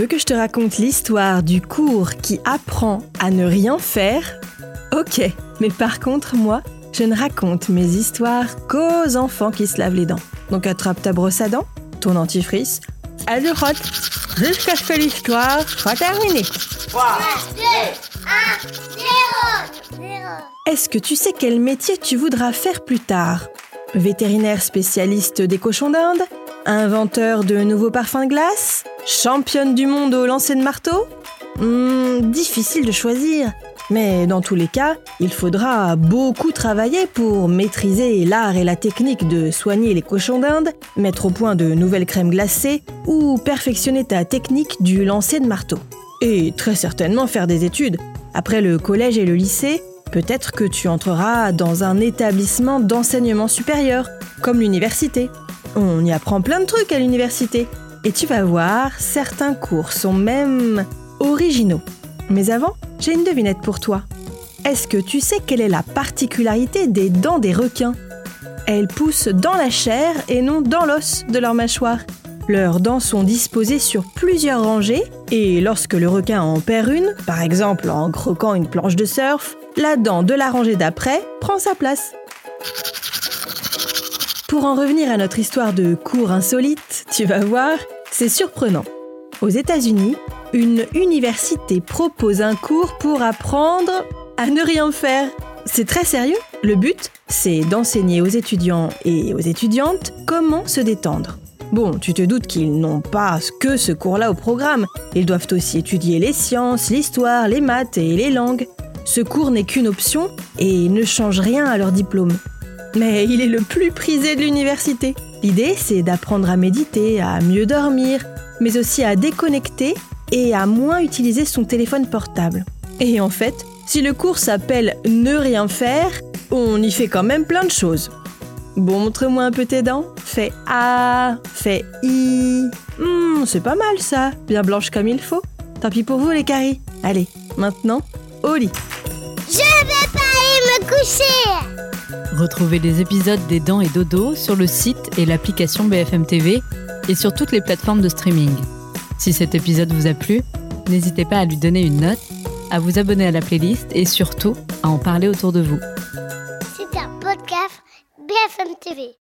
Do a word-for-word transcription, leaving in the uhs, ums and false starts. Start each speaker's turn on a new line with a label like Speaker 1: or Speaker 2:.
Speaker 1: veux que je te raconte l'histoire du cours qui apprend à ne rien faire ? Ok, mais par contre, moi, je ne raconte mes histoires qu'aux enfants qui se lavent les dents. Donc attrape ta brosse à dents, ton dentifrice, à deux frottes, jusqu'à ce que l'histoire soit terminée.
Speaker 2: trois, deux, un, zéro.
Speaker 1: Est-ce que tu sais quel métier tu voudras faire plus tard ? Vétérinaire spécialiste des cochons d'Inde ? Inventeur de nouveaux parfums de glace ? Championne du monde au lancer de marteau ? hmm, Difficile de choisir. Mais dans tous les cas, il faudra beaucoup travailler pour maîtriser l'art et la technique de soigner les cochons d'Inde, mettre au point de nouvelles crèmes glacées ou perfectionner ta technique du lancer de marteau. Et très certainement faire des études. Après le collège et le lycée, peut-être que tu entreras dans un établissement d'enseignement supérieur, comme l'université. On y apprend plein de trucs à l'université. Et tu vas voir, certains cours sont même originaux. Mais avant, j'ai une devinette pour toi. Est-ce que tu sais quelle est la particularité des dents des requins ? Elles poussent dans la chair et non dans l'os de leur mâchoire. Leurs dents sont disposées sur plusieurs rangées et lorsque le requin en perd une, par exemple en croquant une planche de surf, la dent de la rangée d'après prend sa place. Pour en revenir à notre histoire de cours insolite, tu vas voir, c'est surprenant. Aux États-Unis, une université propose un cours pour apprendre à ne rien faire. C'est très sérieux. Le but, c'est d'enseigner aux étudiants et aux étudiantes comment se détendre. Bon, tu te doutes qu'ils n'ont pas que ce cours-là au programme. Ils doivent aussi étudier les sciences, l'histoire, les maths et les langues. Ce cours n'est qu'une option et ne change rien à leur diplôme. Mais il est le plus prisé de l'université. L'idée, c'est d'apprendre à méditer, à mieux dormir, mais aussi à déconnecter et à moins utiliser son téléphone portable. Et en fait, si le cours s'appelle « Ne rien faire », on y fait quand même plein de choses. Bon, montre-moi un peu tes dents. Fais A, fais I. Hmm, c'est pas mal ça, bien blanche comme il faut. Tant pis pour vous les caries. Allez, maintenant, au lit.
Speaker 2: Je vais pas aller me coucher.
Speaker 3: Retrouvez les épisodes des Dents et Dodo sur le site et l'application B F M T V et sur toutes les plateformes de streaming. Si cet épisode vous a plu, n'hésitez pas à lui donner une note, à vous abonner à la playlist et surtout à en parler autour de vous.
Speaker 2: C'est un podcast B F M T V.